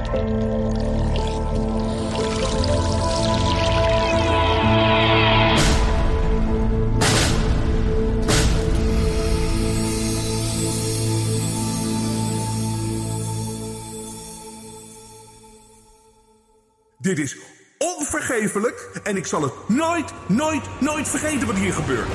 Dit is onvergevelijk en ik zal het nooit vergeten wat hier gebeurt.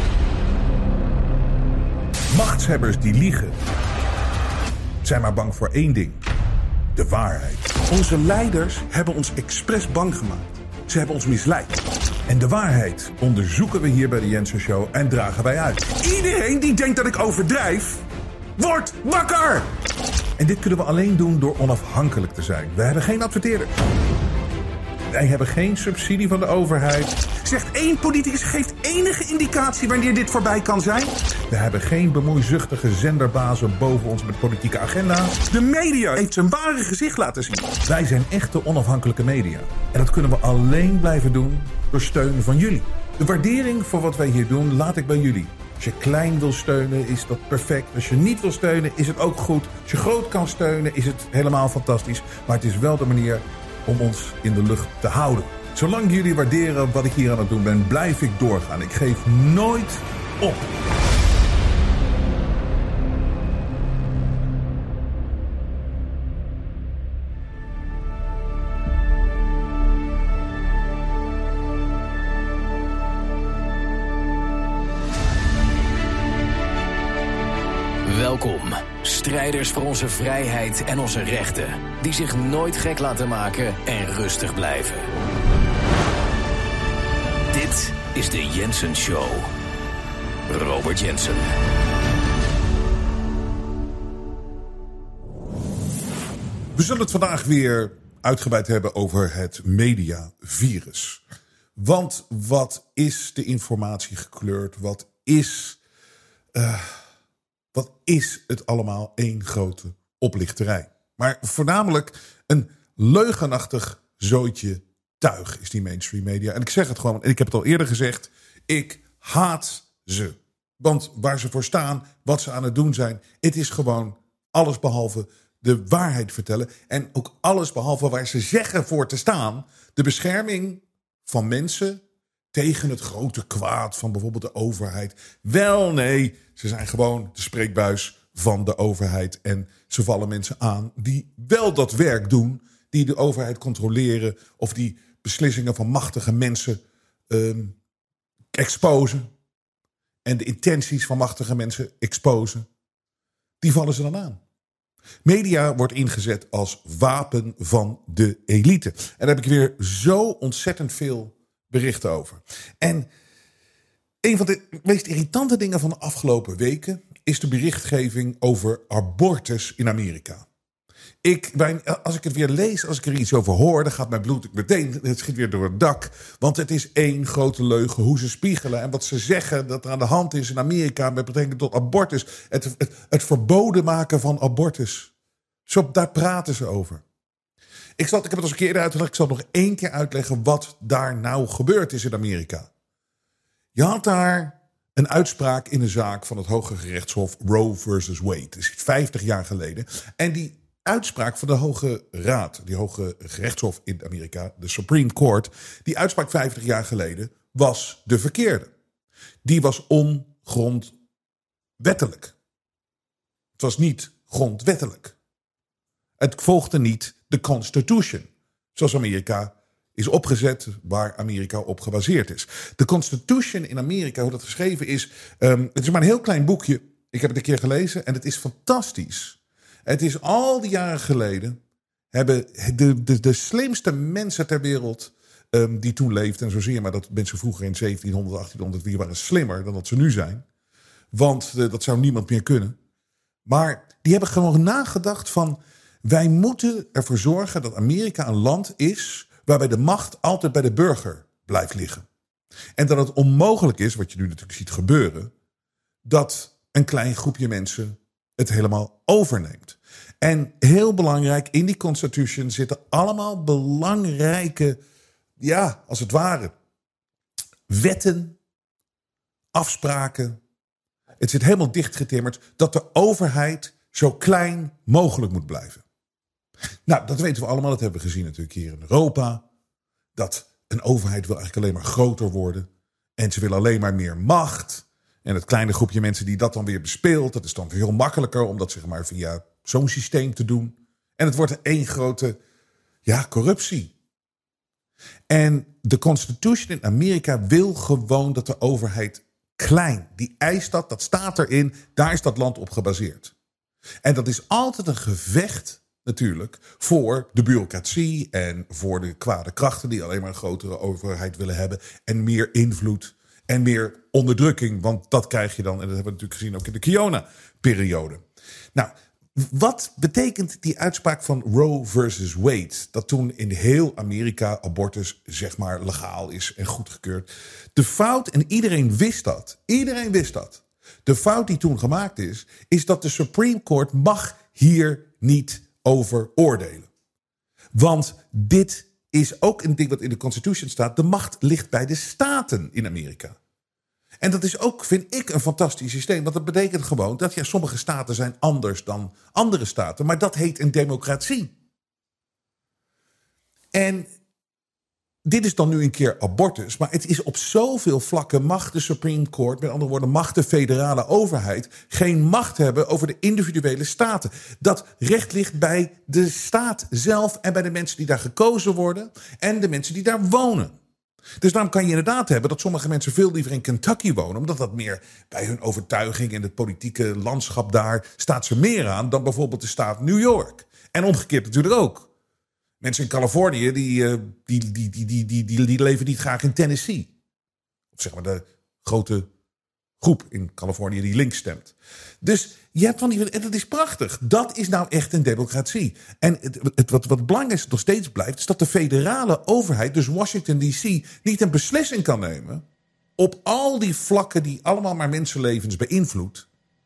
Machtshebbers die liegen zijn maar bang voor één ding: de waarheid. Onze leiders hebben ons expres bang gemaakt. Ze hebben ons misleid. En de waarheid onderzoeken we hier bij de Jensen Show en dragen wij uit. Iedereen die denkt dat ik overdrijf, wordt wakker! En dit kunnen we alleen doen door onafhankelijk te zijn. We hebben geen adverteerders. Wij hebben geen subsidie van de overheid. Zegt één politicus, geeft enige indicatie wanneer dit voorbij kan zijn? We hebben geen bemoeizuchtige zenderbazen boven ons met politieke agenda's. De media heeft zijn ware gezicht laten zien. Wij zijn echte onafhankelijke media. En dat kunnen we alleen blijven doen door steun van jullie. De waardering voor wat wij hier doen laat ik bij jullie. Als je klein wil steunen, is dat perfect. Als je niet wil steunen, is het ook goed. Als je groot kan steunen, is het helemaal fantastisch. Maar het is wel de manier om ons in de lucht te houden. Zolang jullie waarderen wat ik hier aan het doen ben, blijf ik doorgaan. Ik geef nooit op. Welkom, strijders voor onze vrijheid en onze rechten, die zich nooit gek laten maken en rustig blijven. Dit is de Jensen Show. Robert Jensen. We zullen het vandaag weer uitgebreid hebben over het mediavirus. Want wat is de informatie gekleurd? Wat is het allemaal? Één grote oplichterij. Maar voornamelijk een leugenachtig zooitje tuig is die mainstream media. En ik zeg het gewoon, en ik heb het al eerder gezegd, ik haat ze. Want waar ze voor staan, wat ze aan het doen zijn, het is gewoon alles behalve de waarheid vertellen. En ook alles behalve waar ze zeggen voor te staan, de bescherming van mensen tegen het grote kwaad van bijvoorbeeld de overheid. Wel, nee, ze zijn gewoon de spreekbuis van de overheid. En ze vallen mensen aan die wel dat werk doen, die de overheid controleren of die beslissingen van machtige mensen exposen. En de intenties van machtige mensen exposen. Die vallen ze dan aan. Media wordt ingezet als wapen van de elite. En daar heb ik weer zo ontzettend veel berichten over. En een van de meest irritante dingen van de afgelopen weken is de berichtgeving over abortus in Amerika. Als ik het weer lees, als ik er iets over hoor, dan gaat mijn bloed meteen, het schiet weer door het dak. Want het is één grote leugen hoe ze spiegelen en wat ze zeggen dat er aan de hand is in Amerika met betrekking tot abortus. Het verboden maken van abortus. Daar praten ze over. Ik heb het al eens een keer eerder uitgelegd. Ik zal nog één keer uitleggen wat daar nou gebeurd is in Amerika. Je had daar een uitspraak in de zaak van het Hoge Gerechtshof Roe versus Wade. Dat is 50 jaar geleden. En die uitspraak van de Hoge Raad, die Hoge Gerechtshof in Amerika, de Supreme Court, die uitspraak 50 jaar geleden was de verkeerde. Die was ongrondwettelijk. Het was niet grondwettelijk. Het volgde niet de Constitution, zoals Amerika is opgezet, waar Amerika op gebaseerd is. De Constitution in Amerika, hoe dat geschreven is, het is maar een heel klein boekje. Ik heb het een keer gelezen en het is fantastisch. Het is al die jaren geleden, hebben de slimste mensen ter wereld die toen leefden, en zo zie je maar dat mensen vroeger in 1700, 1800, die waren slimmer dan dat ze nu zijn. Want dat zou niemand meer kunnen. Maar die hebben gewoon nagedacht van, wij moeten ervoor zorgen dat Amerika een land is waarbij de macht altijd bij de burger blijft liggen. En dat het onmogelijk is, wat je nu natuurlijk ziet gebeuren, dat een klein groepje mensen het helemaal overneemt. En heel belangrijk, in die Constitution zitten allemaal belangrijke, ja, als het ware, wetten, afspraken. Het zit helemaal dichtgetimmerd dat de overheid zo klein mogelijk moet blijven. Nou, dat weten we allemaal. Dat hebben we gezien natuurlijk hier in Europa. Dat een overheid wil eigenlijk alleen maar groter worden. En ze willen alleen maar meer macht. En het kleine groepje mensen die dat dan weer bespeelt, dat is dan veel makkelijker om dat zeg maar via zo'n systeem te doen. En het wordt één grote corruptie. En de Constitution in Amerika wil gewoon dat de overheid klein, die eist dat staat erin, daar is dat land op gebaseerd. En dat is altijd een gevecht natuurlijk voor de bureaucratie en voor de kwade krachten die alleen maar een grotere overheid willen hebben en meer invloed en meer onderdrukking, want dat krijg je dan, en dat hebben we natuurlijk gezien ook in de Kiona-periode. Nou, wat betekent die uitspraak van Roe versus Wade? Dat toen in heel Amerika abortus zeg maar legaal is en goedgekeurd. De fout, en iedereen wist dat. De fout die toen gemaakt is dat de Supreme Court mag hier niet over oordelen. Want dit is ook een ding wat in de Constitution staat. De macht ligt bij de staten in Amerika. En dat is ook, vind ik, een fantastisch systeem. Want dat betekent gewoon dat sommige staten zijn anders dan andere staten. Maar dat heet een democratie. En dit is dan nu een keer abortus. Maar het is op zoveel vlakken mag de Supreme Court, met andere woorden mag de federale overheid, geen macht hebben over de individuele staten. Dat recht ligt bij de staat zelf en bij de mensen die daar gekozen worden en de mensen die daar wonen. Dus daarom kan je inderdaad hebben dat sommige mensen veel liever in Kentucky wonen, omdat dat meer bij hun overtuiging en het politieke landschap daar staat ze meer aan dan bijvoorbeeld de staat New York. En omgekeerd natuurlijk ook. Mensen in Californië die leven niet graag in Tennessee. Of zeg maar de grote groep in Californië die links stemt. Dus je hebt van die, en dat is prachtig. Dat is nou echt een democratie. En wat belangrijk nog steeds blijft, is dat de federale overheid, dus Washington D.C., niet een beslissing kan nemen op al die vlakken die allemaal maar mensenlevens beïnvloedt.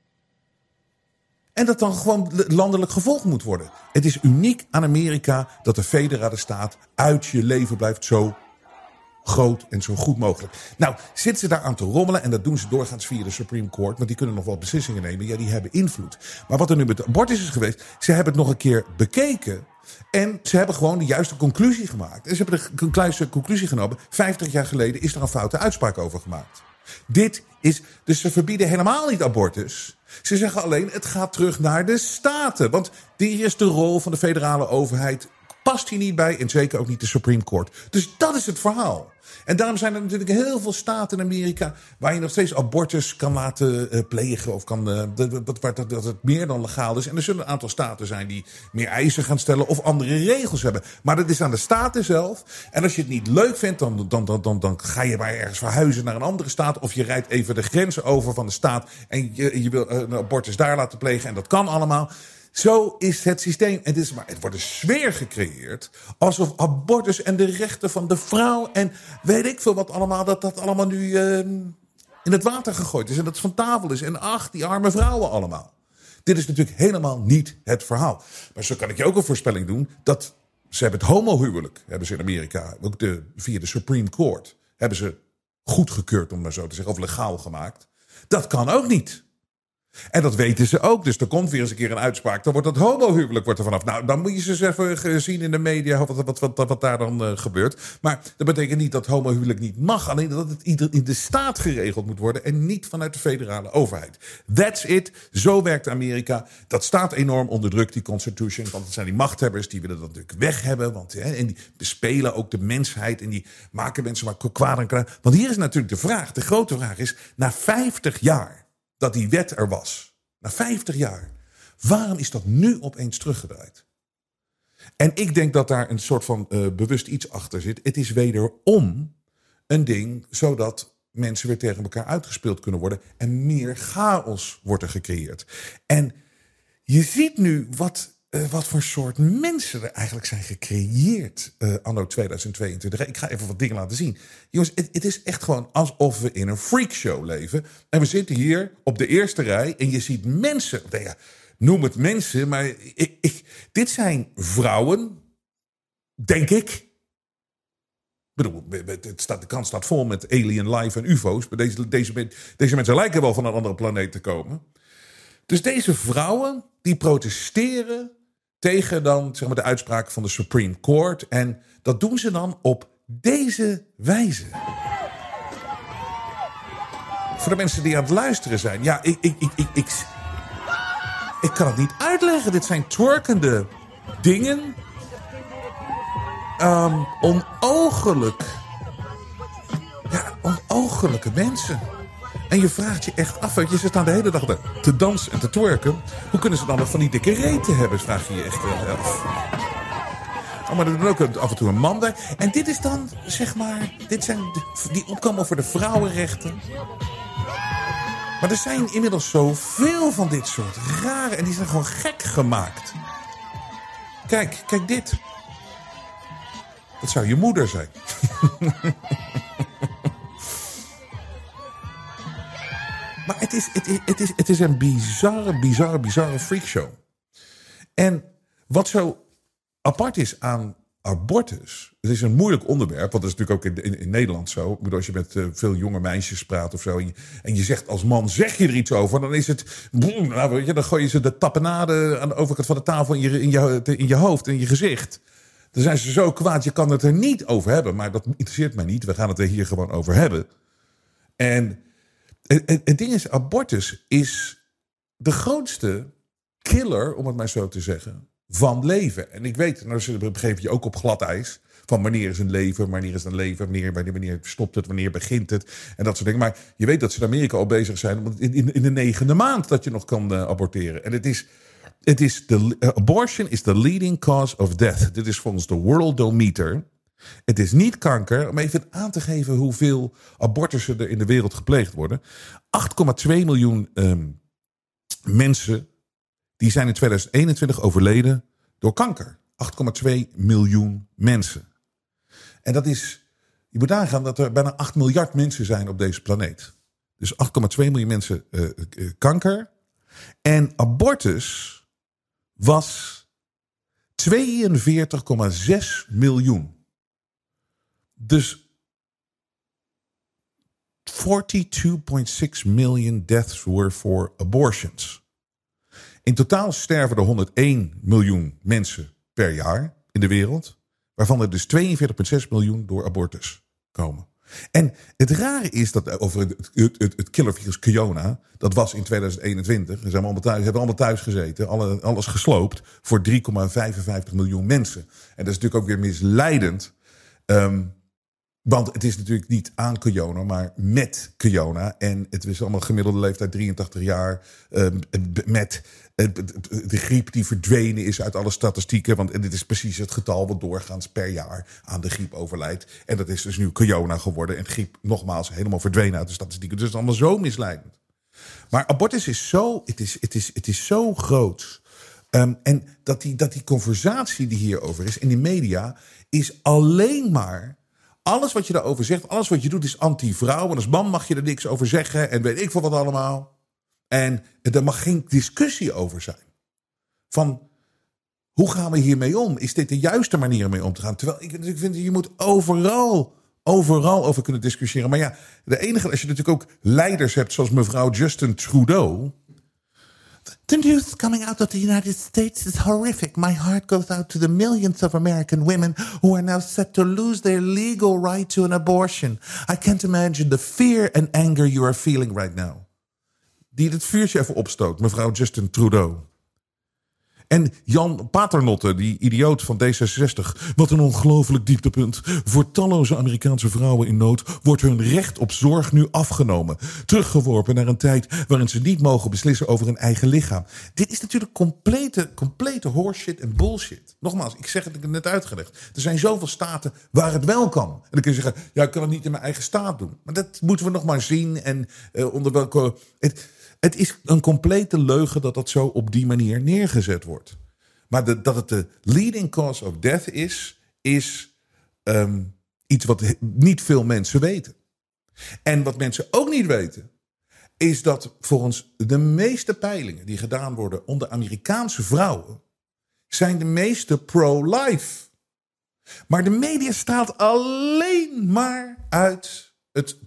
En dat dan gewoon landelijk gevolgd moet worden. Het is uniek aan Amerika dat de federale staat uit je leven blijft zo groot en zo goed mogelijk. Nou, zitten ze daar aan te rommelen en dat doen ze doorgaans via de Supreme Court, want die kunnen nog wel beslissingen nemen. Ja, die hebben invloed. Maar wat er nu met abortus is geweest, ze hebben het nog een keer bekeken en ze hebben gewoon de juiste conclusie gemaakt. En ze hebben de juiste conclusie genomen. 50 jaar geleden is er een foute uitspraak over gemaakt. Dus ze verbieden helemaal niet abortus. Ze zeggen alleen, het gaat terug naar de staten. Want die is de rol van de federale overheid. Past hier niet bij en zeker ook niet de Supreme Court. Dus dat is het verhaal. En daarom zijn er natuurlijk heel veel staten in Amerika waar je nog steeds abortus kan laten plegen. Of dat het meer dan legaal is. En er zullen een aantal staten zijn die meer eisen gaan stellen of andere regels hebben. Maar dat is aan de staten zelf. En als je het niet leuk vindt, dan ga je maar ergens verhuizen naar een andere staat. Of je rijdt even de grenzen over van de staat en je wil een abortus daar laten plegen. En dat kan allemaal. Zo is het systeem. Maar het wordt een sfeer gecreëerd alsof abortus en de rechten van de vrouw en weet ik veel wat allemaal, dat allemaal nu in het water gegooid is en dat het van tafel is. En ach, die arme vrouwen allemaal. Dit is natuurlijk helemaal niet het verhaal. Maar zo kan ik je ook een voorspelling doen dat ze hebben het homohuwelijk, hebben ze in Amerika, ook via de Supreme Court, hebben ze goedgekeurd, om maar zo te zeggen, of legaal gemaakt. Dat kan ook niet. En dat weten ze ook. Dus er komt weer eens een keer een uitspraak. Dan wordt dat homohuwelijk er vanaf. Nou, dan moet je ze eens even zien in de media wat daar dan gebeurt. Maar dat betekent niet dat homohuwelijk niet mag. Alleen dat het in de staat geregeld moet worden. En niet vanuit de federale overheid. That's it. Zo werkt Amerika. Dat staat enorm onder druk, die Constitution. Want het zijn die machthebbers die willen dat natuurlijk weg hebben. En die bespelen ook de mensheid. En die maken mensen maar kwaad en kwaad. Want hier is natuurlijk de vraag. De grote vraag is, na 50 jaar... dat die wet er was, na 50 jaar. Waarom is dat nu opeens teruggedraaid? En ik denk dat daar een soort van bewust iets achter zit. Het is wederom een ding zodat mensen weer tegen elkaar uitgespeeld kunnen worden. En meer chaos wordt er gecreëerd. En je ziet nu wat voor soort mensen er eigenlijk zijn gecreëerd anno 2022. Ik ga even wat dingen laten zien. Jongens, het is echt gewoon alsof we in een freakshow leven. En we zitten hier op de eerste rij en je ziet mensen. Nou ja, noem het mensen, maar dit zijn vrouwen, denk ik. Ik bedoel, de kans staat vol met alien life en ufo's. Maar deze mensen lijken wel van een andere planeet te komen. Dus deze vrouwen die protesteren tegen dan zeg maar, de uitspraak van de Supreme Court. En dat doen ze dan op deze wijze. Voor de mensen die aan het luisteren zijn. Ja, ik kan het niet uitleggen. Dit zijn twerkende dingen. Onogelijk. Ja, onogelijke mensen. En je vraagt je echt af, weet je, ze staan de hele dag te dansen en te twerken. Hoe kunnen ze dan nog van die dikke reten hebben, vraag je je echt af. Oh, maar er doen ook af en toe een man daar. En dit is dan, zeg maar, dit zijn die opkomen voor de vrouwenrechten. Maar er zijn inmiddels zoveel van dit soort rare, en die zijn gewoon gek gemaakt. Kijk dit. Dat zou je moeder zijn. Maar het is een bizarre freakshow. En wat zo apart is aan abortus. Het is een moeilijk onderwerp, want dat is natuurlijk ook in Nederland zo. Ik bedoel, als je met veel jonge meisjes praat of zo. En je zegt als man, zeg je er iets over, dan is het. Nou, weet je, dan gooi je ze de tappenade aan de overkant van de tafel in je hoofd, in je gezicht. Dan zijn ze zo kwaad, je kan het er niet over hebben. Maar dat interesseert mij niet. We gaan het er hier gewoon over hebben. En het ding is, abortus is de grootste killer, om het maar zo te zeggen, van leven. En ik weet, nou begeef je ook op glad ijs. Van wanneer is een leven, wanneer stopt het, wanneer begint het. En dat soort dingen. Maar je weet dat ze in Amerika al bezig zijn in de 9e maand dat je nog kan aborteren. En abortion is the leading cause of death. Dit is volgens de Worldometer. Het is niet kanker, om even aan te geven hoeveel abortussen er in de wereld gepleegd worden. 8,2 miljoen mensen die zijn in 2021 overleden door kanker. 8,2 miljoen mensen. En dat is, je moet aangaan dat er bijna 8 miljard mensen zijn op deze planeet. Dus 8,2 miljoen mensen kanker. En abortus was 42,6 miljoen. Dus 42,6 million deaths were for abortions. In totaal sterven er 101 miljoen mensen per jaar in de wereld. Waarvan er dus 42,6 miljoen door abortus komen. En het rare is dat over het killervirus Kiona, dat was in 2021. Ze hebben allemaal thuis gezeten, alles gesloopt voor 3,55 miljoen mensen. En dat is natuurlijk ook weer misleidend. Want het is natuurlijk niet aan Kiona, maar met Kiona. En het is allemaal gemiddelde leeftijd 83 jaar. Met de griep die verdwenen is uit alle statistieken. Want dit is precies het getal wat doorgaans per jaar aan de griep overlijdt. En dat is dus nu Kiona geworden. En griep nogmaals helemaal verdwenen uit de statistieken. Dus het is allemaal zo misleidend. Maar abortus is zo, het is zo groot. En dat die conversatie die hierover is in de media is alleen maar. Alles wat je daarover zegt, alles wat je doet is anti-vrouw. En als man mag je er niks over zeggen en weet ik veel wat allemaal. En er mag geen discussie over zijn. Van, hoe gaan we hiermee om? Is dit de juiste manier om mee om te gaan? Terwijl ik natuurlijk vind, je moet overal over kunnen discussiëren. Maar ja, de enige, als je natuurlijk ook leiders hebt zoals mevrouw Justin Trudeau. The news coming out of the United States is horrific. My heart goes out to the millions of American women who are now set to lose their legal right to an abortion. I can't imagine the fear and anger you are feeling right now. Die het vuurtje even opstoot, mevrouw Justin Trudeau. En Jan Paternotte, die idioot van D66. Wat een ongelooflijk dieptepunt. Voor talloze Amerikaanse vrouwen in nood wordt hun recht op zorg nu afgenomen. Teruggeworpen naar een tijd waarin ze niet mogen beslissen over hun eigen lichaam. Dit is natuurlijk complete horseshit en bullshit. Nogmaals, ik zeg het, ik heb het net uitgelegd. Er zijn zoveel staten waar het wel kan. En dan kun je zeggen, ja, ik kan het niet in mijn eigen staat doen. Maar dat moeten we nog maar zien. En onder welke. Het is een complete leugen dat dat zo op die manier neergezet wordt. Maar dat het de leading cause of death is iets wat niet veel mensen weten. En wat mensen ook niet weten, is dat volgens de meeste peilingen die gedaan worden onder Amerikaanse vrouwen, zijn de meeste pro-life. Maar de media straalt alleen maar uit het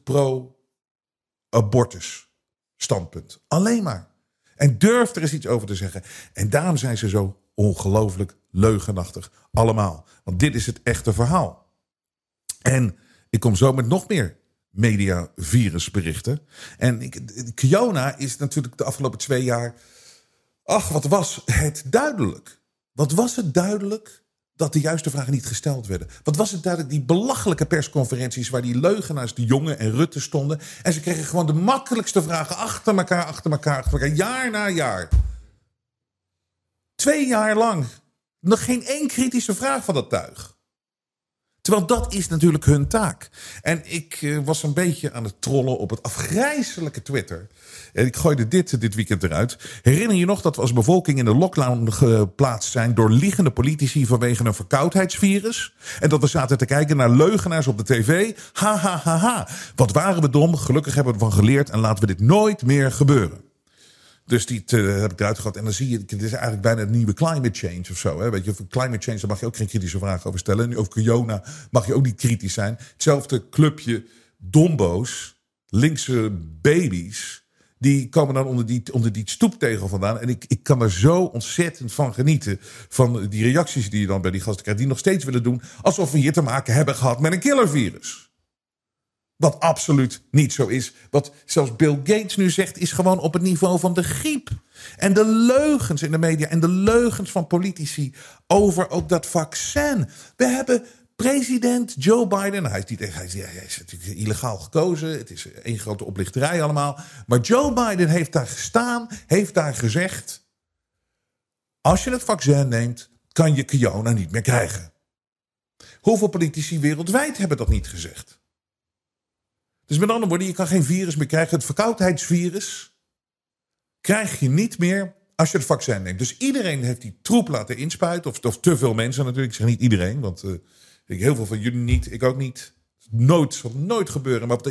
pro-abortus standpunt. Alleen maar. En durft er eens iets over te zeggen. En daarom zijn ze zo ongelooflijk leugenachtig. Allemaal. Want dit is het echte verhaal. En ik kom zo met nog meer mediavirusberichten. En Kiona is natuurlijk de afgelopen 2 jaar... Ach, wat was het duidelijk. Wat was het duidelijk dat de juiste vragen niet gesteld werden. Wat was het duidelijk, die belachelijke persconferenties... waar die leugenaars, de Jonge en Rutte stonden... en ze kregen gewoon de makkelijkste vragen achter elkaar... jaar na jaar. 2 jaar lang. Nog geen één kritische vraag van dat tuig. Terwijl dat is natuurlijk hun taak. En ik was een beetje aan het trollen op het afgrijzelijke Twitter. En ik gooide dit weekend eruit. Herinner je nog dat we als bevolking in de lockdown geplaatst zijn... door liegende politici vanwege een verkoudheidsvirus? En dat we zaten te kijken naar leugenaars op de tv? Ha, ha, ha, ha. Wat waren we dom. Gelukkig hebben we ervan geleerd en laten we dit nooit meer gebeuren. Dus die heb ik eruit gehad. En dan zie je, het is eigenlijk bijna een nieuwe climate change of zo. Hè? Weet je, over climate change, daar mag je ook geen kritische vragen over stellen. En over Kiona mag je ook niet kritisch zijn. Hetzelfde clubje dombo's, linkse baby's... die komen dan onder die stoeptegel vandaan. En ik kan er zo ontzettend van genieten... van die reacties die je dan bij die gasten krijgt... die nog steeds willen doen alsof we hier te maken hebben gehad met een killervirus. Wat absoluut niet zo is. Wat zelfs Bill Gates nu zegt is gewoon op het niveau van de griep. En de leugens in de media en de leugens van politici over ook dat vaccin. We hebben president Joe Biden. Hij is natuurlijk illegaal gekozen. Het is één grote oplichterij allemaal. Maar Joe Biden heeft daar gestaan, heeft daar gezegd... als je het vaccin neemt, kan je Kiona niet meer krijgen. Hoeveel politici wereldwijd hebben dat niet gezegd? Dus met andere woorden, je kan geen virus meer krijgen. Het verkoudheidsvirus krijg je niet meer als je het vaccin neemt. Dus iedereen heeft die troep laten inspuiten. Of te veel mensen natuurlijk. Ik zeg niet iedereen, want heel veel van jullie niet. Ik ook niet. Zal nooit gebeuren. Maar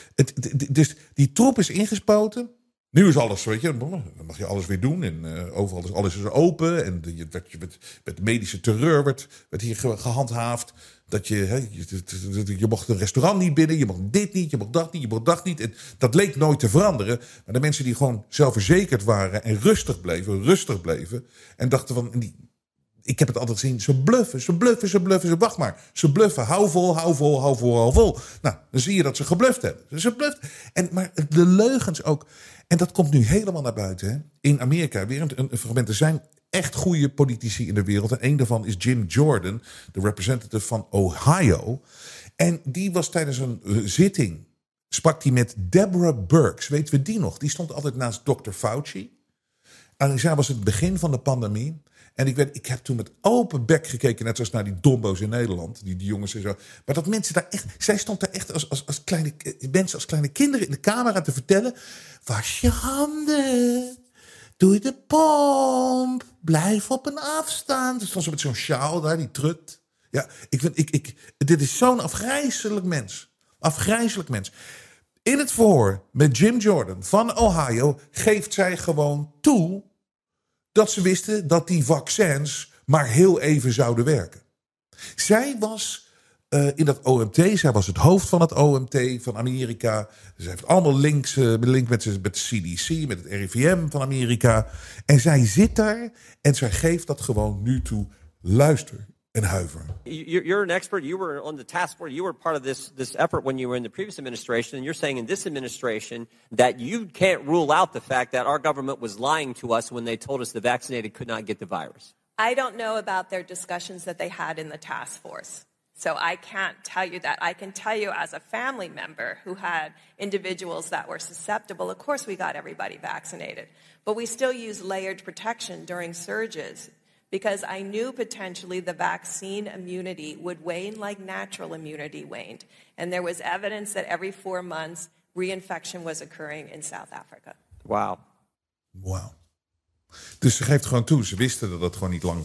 dus die troep is ingespoten. Nu is alles, weet je, dan mag je alles weer doen. En overal is alles open. En met medische terreur werd hier gehandhaafd. Dat je mocht een restaurant niet binnen. Je mocht dit niet, je mocht dat niet, je mocht dat niet. En dat leek nooit te veranderen. Maar de mensen die gewoon zelfverzekerd waren en rustig bleven. En dachten van... Ik heb het altijd gezien, ze bluffen. Wacht maar, ze bluffen. Hou vol. Nou, dan zie je dat ze gebluft hebben. Ze bluft. Maar de leugens ook. En dat komt nu helemaal naar buiten. Hè? In Amerika, weer een fragment. Er zijn echt goede politici in de wereld. En een daarvan is Jim Jordan, de representative van Ohio. En die was tijdens een zitting... sprak hij met Deborah Birx. Weten we die nog? Die stond altijd naast Dr. Fauci. En zij was het begin van de pandemie... En ik heb toen met open bek gekeken, net zoals naar die dombo's in Nederland, die jongens en zo. Maar dat mensen daar echt, zij stond daar echt als kleine mensen, als kleine kinderen in de camera te vertellen. Was je handen, doe de pomp, blijf op een afstand. Dus stond ze met zo'n sjaal daar, die trut. Ja, dit is zo'n afgrijzelijk mens. Afgrijzelijk mens. In het verhoor met Jim Jordan van Ohio geeft zij gewoon toe dat ze wisten dat die vaccins maar heel even zouden werken. Zij was in dat OMT, zij was het hoofd van het OMT van Amerika. Ze heeft allemaal link met de CDC, met het RIVM van Amerika. En zij zit daar en zij geeft dat gewoon nu toe. Luister en huiver. You're an expert. You were on the task force. You were part of this effort when you were in the previous administration. And you're saying in this administration that you can't rule out the fact that our government was lying to us when they told us the vaccinated could not get the virus. I don't know about their discussions that they had in the task force. So I can't tell you that. I can tell you as a family member who had individuals that were susceptible, of course we got everybody vaccinated. But we still use layered protection during surges. Because I knew potentially the vaccine immunity would wane like natural immunity waned. And there was evidence that every 4 months reinfection was occurring in South Africa. Wow. Dus ze geeft gewoon toe. Ze wisten dat het gewoon niet lang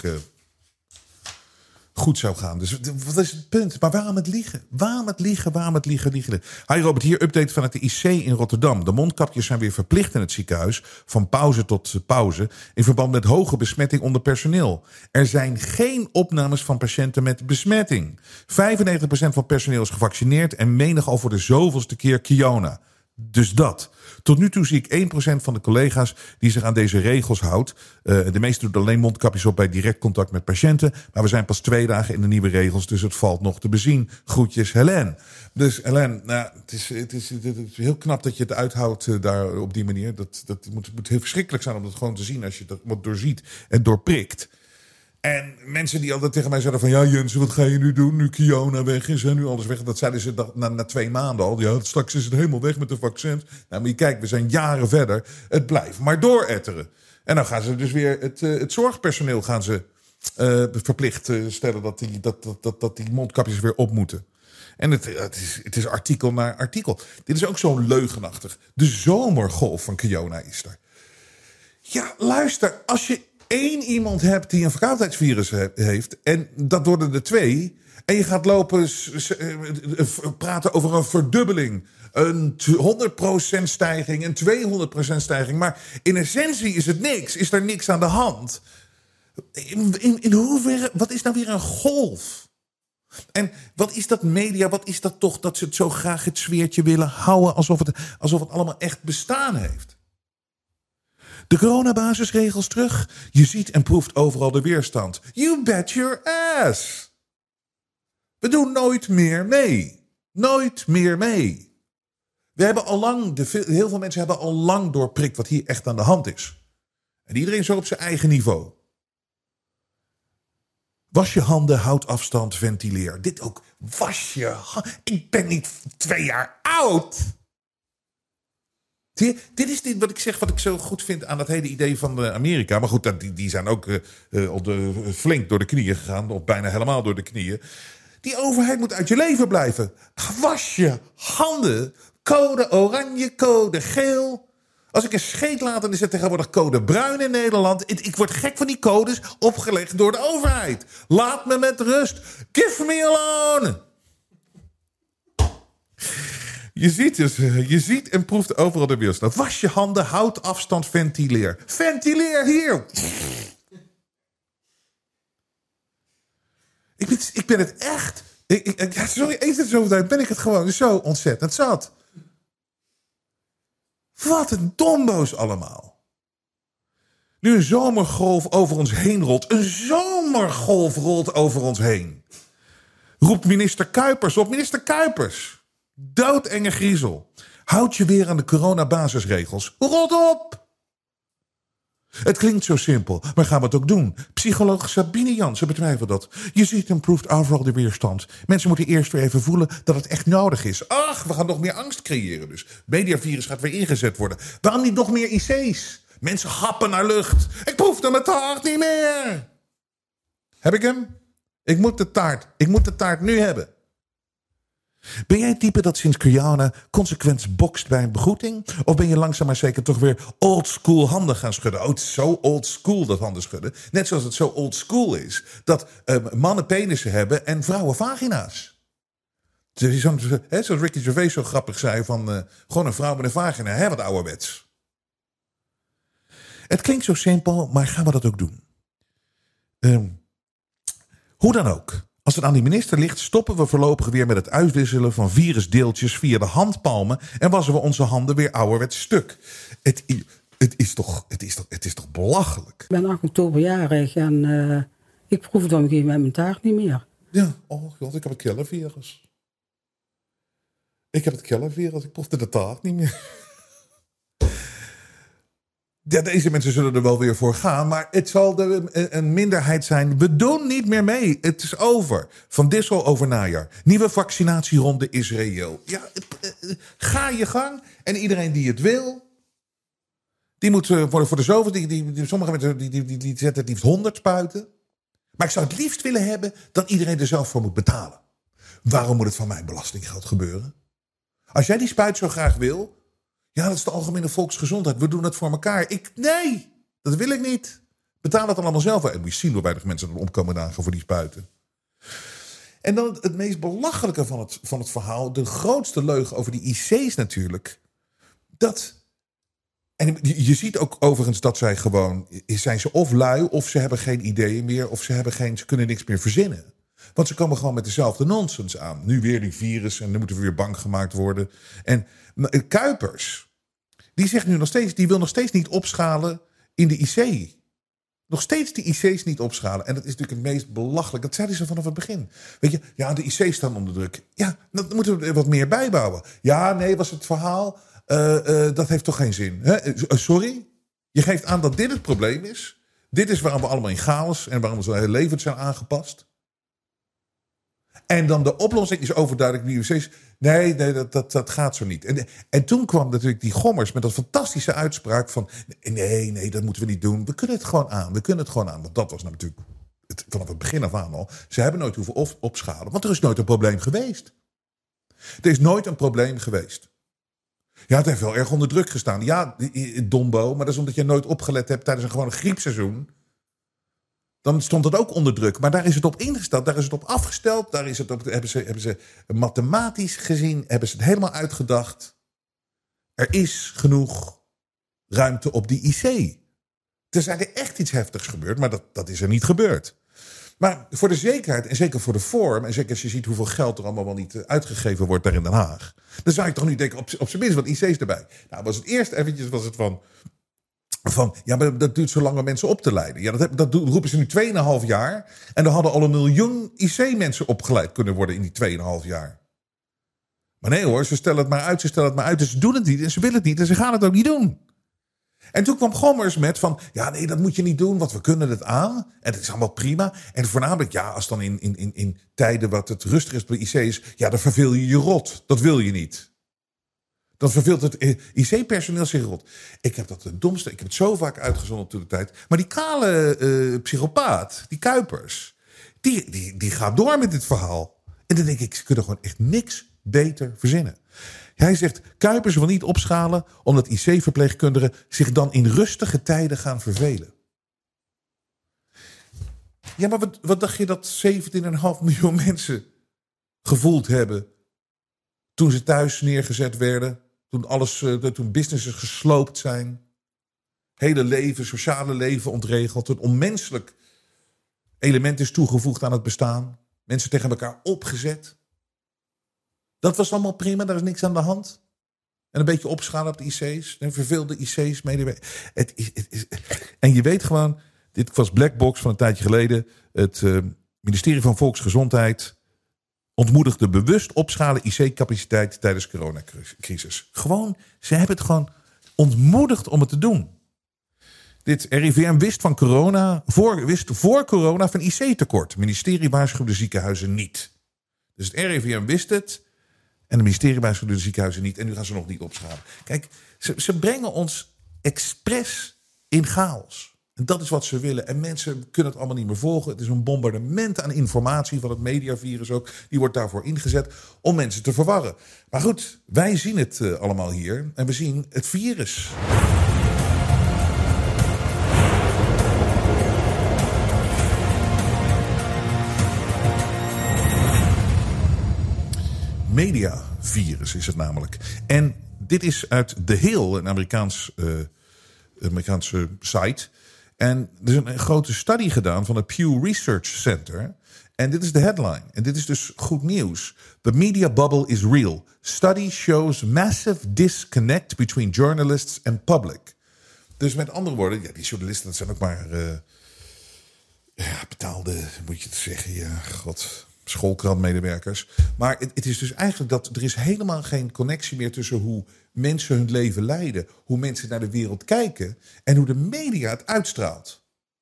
goed zou gaan. Dus wat is het punt? Maar waarom het liegen? Waarom het liegen? Hi Robert, hier update vanuit de IC in Rotterdam. De mondkapjes zijn weer verplicht in het ziekenhuis. Van pauze tot pauze. In verband met hoge besmetting onder personeel. Er zijn geen opnames van patiënten met besmetting. 95% van personeel is gevaccineerd. En menig al voor de zoveelste keer Kiona. Dus dat. Tot nu toe zie ik 1% van de collega's die zich aan deze regels houdt. De meesten doen alleen mondkapjes op bij direct contact met patiënten. Maar we zijn pas 2 dagen in de nieuwe regels, dus het valt nog te bezien. Groetjes, Helene. Dus Helene, nou, het is heel knap dat je het uithoudt daar op die manier. Dat moet heel verschrikkelijk zijn om dat gewoon te zien als je dat wat doorziet en doorprikt. En mensen die altijd tegen mij zeiden van... ja, Jensen, wat ga je nu doen? Nu Kiona weg is en nu alles weg. Dat zeiden ze na 2 maanden al. Ja, straks is het helemaal weg met de vaccins. Nou, maar je kijkt, we zijn jaren verder. Het blijft maar dooretteren. En dan gaan ze dus weer het zorgpersoneel gaan ze verplicht stellen... dat die mondkapjes weer op moeten. En het is artikel na artikel. Dit is ook zo leugenachtig. De zomergolf van Kiona is er. Ja, luister, als je 1 iemand hebt die een verkoudheidsvirus heeft... en dat worden er 2... en je gaat lopen praten over een verdubbeling... een 100% stijging, een 200% stijging... maar in essentie is het niks, is er niks aan de hand. In hoeverre, wat is nou weer een golf? En wat is dat media, wat is dat toch... dat ze het zo graag het sfeertje willen houden... alsof het allemaal echt bestaan heeft? De coronabasisregels terug. Je ziet en proeft overal de weerstand. You bet your ass. We doen nooit meer mee. Nooit meer mee. We hebben al lang, heel veel mensen hebben al lang doorprikt wat hier echt aan de hand is. En iedereen zo op zijn eigen niveau. Was je handen, houd afstand, ventileer. Dit ook. Was je handen. Ik ben niet 2 jaar oud. Zie je, dit is wat ik zeg, wat ik zo goed vind aan dat hele idee van Amerika. Maar goed, die zijn ook flink door de knieën gegaan. Of bijna helemaal door de knieën. Die overheid moet uit je leven blijven. Was je handen. Code oranje, code geel. Als ik een scheet laat, dan is het tegenwoordig code bruin in Nederland. Ik word gek van die codes opgelegd door de overheid. Laat me met rust. Give me alone. Je ziet en proeft overal de weerstand. Was je handen, houd afstand, ventileer. Ventileer hier. Ik ben het echt... sorry, eens in zoveel tijd ben ik het gewoon zo ontzettend zat. Wat een domboos allemaal. Nu een zomergolf over ons heen rolt. Een zomergolf rolt over ons heen. Roept minister Kuipers op. Minister Kuipers. Doodenge griezel. Houd je weer aan de coronabasisregels. Rot op! Het klinkt zo simpel, maar gaan we het ook doen? Psycholoog Sabine Jansen betwijfelt dat. Je ziet en proeft overal de weerstand. Mensen moeten eerst weer even voelen dat het echt nodig is. Ach, we gaan nog meer angst creëren dus. Mediavirus gaat weer ingezet worden. Waarom niet nog meer IC's? Mensen happen naar lucht. Ik proefde mijn taart niet meer. Heb ik hem? Ik moet de taart nu hebben. Ben jij het type dat sinds Kiona consequent bokst bij een begroeting? Of ben je langzaam maar zeker toch weer oldschool handen gaan schudden? Oh, het is zo oldschool dat handen schudden. Net zoals het zo oldschool is dat mannen penissen hebben en vrouwen vagina's. Zoals Ricky Gervais zo grappig zei van gewoon een vrouw met een vagina. Hè, wat ouderwets. Het klinkt zo simpel, maar gaan we dat ook doen? Hoe dan ook. Als het aan die minister ligt, stoppen we voorlopig weer met het uitwisselen van virusdeeltjes via de handpalmen en wassen we onze handen weer ouderwets stuk. Het is toch belachelijk? Ik ben 8 oktober jarig en ik proefde op een gegeven moment mijn taart niet meer. Ja, oh god, ik heb het kellervirus. Ik proefde de taart niet meer. Ja, deze mensen zullen er wel weer voor gaan, maar het zal een minderheid zijn. We doen niet meer mee. Het is over. Van Dissel over najaar. Nieuwe vaccinatieronde is reëel. Ja, ga je gang. En iedereen die het wil, die moet voor de zoveel. Sommige mensen die zetten het liefst 100 spuiten. Maar ik zou het liefst willen hebben dat iedereen er zelf voor moet betalen. Waarom moet het van mijn belastinggeld gebeuren? Als jij die spuit zo graag wil, ja, dat is de algemene volksgezondheid. We doen het voor elkaar. Nee, dat wil ik niet. Betaal het dan allemaal zelf. En moet je zien hoe weinig mensen er omkomen dagen voor die spuiten. En dan het meest belachelijke van het verhaal. De grootste leugen over die IC's natuurlijk. En je ziet ook overigens dat zij gewoon, zijn ze of lui, of ze hebben geen ideeën meer, of ze kunnen niks meer verzinnen. Want ze komen gewoon met dezelfde nonsens aan. Nu weer die virus en dan moeten we weer bang gemaakt worden. En Kuipers, Die zegt nu nog steeds, die wil nog steeds niet opschalen in de IC. Nog steeds die IC's niet opschalen. En dat is natuurlijk het meest belachelijk. Dat zeiden ze vanaf het begin. Weet je, ja, de IC's staan onder druk. Ja, dan moeten we er wat meer bijbouwen. Ja, nee, was het verhaal. Dat heeft toch geen zin. Hè? Sorry? Je geeft aan dat dit het probleem is. Dit is waarom we allemaal in chaos en waarom we zo heel levend zijn aangepast. En dan de oplossing is overduidelijk die IC's. Nee, dat gaat zo niet. En toen kwam natuurlijk die Gommers met dat fantastische uitspraak van... Nee, dat moeten we niet doen. We kunnen het gewoon aan. Want dat was natuurlijk vanaf het begin af aan al. Ze hebben nooit hoeven opschalen. Want er is nooit een probleem geweest. Er is nooit een probleem geweest. Ja, het heeft wel erg onder druk gestaan. Ja, dombo, maar dat is omdat je nooit opgelet hebt tijdens een gewoon griepseizoen. Dan stond het ook onder druk. Maar daar is het op ingesteld, daar is het op afgesteld. Daar is het op, hebben ze mathematisch gezien, hebben ze het helemaal uitgedacht. Er is genoeg ruimte op die IC. Tenzij er echt iets heftigs gebeurt, maar dat is er niet gebeurd. Maar voor de zekerheid en zeker voor de vorm... en zeker als je ziet hoeveel geld er allemaal wel niet uitgegeven wordt daar in Den Haag... dan zou ik toch nu denken, op zijn minst wat IC's erbij. Nou, was het eerst eventjes van ja, maar dat duurt zo lang om mensen op te leiden. Ja, dat roepen ze nu 2,5 jaar. En er hadden al 1 miljoen IC-mensen opgeleid kunnen worden in die 2,5 jaar. Maar nee hoor, ze stellen het maar uit. Dus ze doen het niet en ze willen het niet en ze gaan het ook niet doen. En toen kwam Gommers met van... ja, nee, dat moet je niet doen, want we kunnen het aan. En het is allemaal prima. En voornamelijk, ja, als dan in tijden wat het rustig is bij IC's... ja, dan verveel je je rot. Dat wil je niet. Dan verveelt het IC-personeel zich rot. Ik heb dat het domste... ik heb het zo vaak uitgezonden toen de tijd. Maar die kale psychopaat, die Kuipers... die gaat door met dit verhaal. En dan denk ik, ze kunnen gewoon echt niks beter verzinnen. Hij zegt, Kuipers wil niet opschalen... omdat IC-verpleegkundigen zich dan in rustige tijden gaan vervelen. Ja, maar wat dacht je dat 17,5 miljoen mensen gevoeld hebben... toen ze thuis neergezet werden... toen businesses gesloopt zijn... hele leven, sociale leven ontregeld... een onmenselijk element is toegevoegd aan het bestaan... mensen tegen elkaar opgezet... Dat was allemaal prima, daar is niks aan de hand. En een beetje opschalen op de IC's. En verveelde IC's medewerkers. En je weet gewoon, dit was Blackbox van een tijdje geleden. Het ministerie van Volksgezondheid ontmoedigde bewust opschalen IC-capaciteit tijdens de coronacrisis. Gewoon, ze hebben het gewoon ontmoedigd om het te doen. Dit RIVM wist voor corona van IC-tekort. Het ministerie waarschuwde ziekenhuizen niet. Dus het RIVM wist het... En het ministerie waarschuwde de ziekenhuizen niet. En nu gaan ze nog niet opschalen. Kijk, ze brengen ons expres in chaos. En dat is wat ze willen. En mensen kunnen het allemaal niet meer volgen. Het is een bombardement aan informatie van het mediavirus ook. Die wordt daarvoor ingezet om mensen te verwarren. Maar goed, wij zien het allemaal hier. En we zien het virus. Mediavirus is het namelijk. En dit is uit The Hill, een Amerikaanse site. En er is een grote studie gedaan van het Pew Research Center. En dit is de headline. En dit is dus goed nieuws. The media bubble is real. Study shows massive disconnect between journalists and public. Dus met andere woorden, ja, die journalisten, dat zijn ook maar betaalde, moet je het zeggen, ja, god... schoolkrantmedewerkers. Maar het is dus eigenlijk dat er is helemaal geen connectie meer tussen hoe mensen hun leven leiden, hoe mensen naar de wereld kijken en hoe de media het uitstraalt.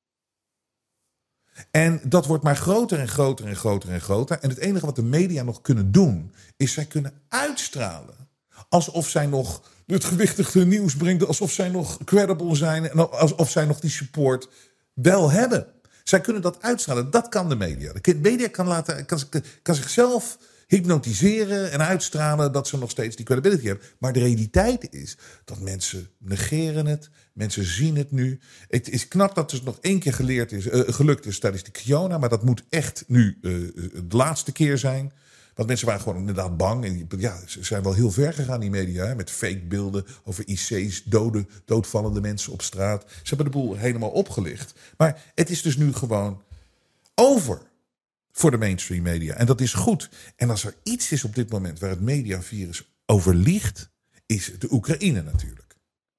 En dat wordt maar groter en groter en groter en groter. En het enige wat de media nog kunnen doen, is zij kunnen uitstralen. Alsof zij nog het gewichtige nieuws brengen, alsof zij nog credible zijn en alsof zij nog die support wel hebben. Zij kunnen dat uitstralen. Dat kan de media. De media kan zichzelf hypnotiseren en uitstralen dat ze nog steeds die credibility hebben. Maar de realiteit is dat mensen negeren het. Mensen zien het nu. Het is knap dat het nog 1 keer gelukt is tijdens de Kiona. Maar dat moet echt nu de laatste keer zijn. Want mensen waren gewoon inderdaad bang. En ja, ze zijn wel heel ver gegaan, die media. Hè, met fake beelden over IC's, doodvallende mensen op straat. Ze hebben de boel helemaal opgelicht. Maar het is dus nu gewoon over voor de mainstream media. En dat is goed. En als er iets is op dit moment waar het mediavirus over liegt, is het de Oekraïne natuurlijk.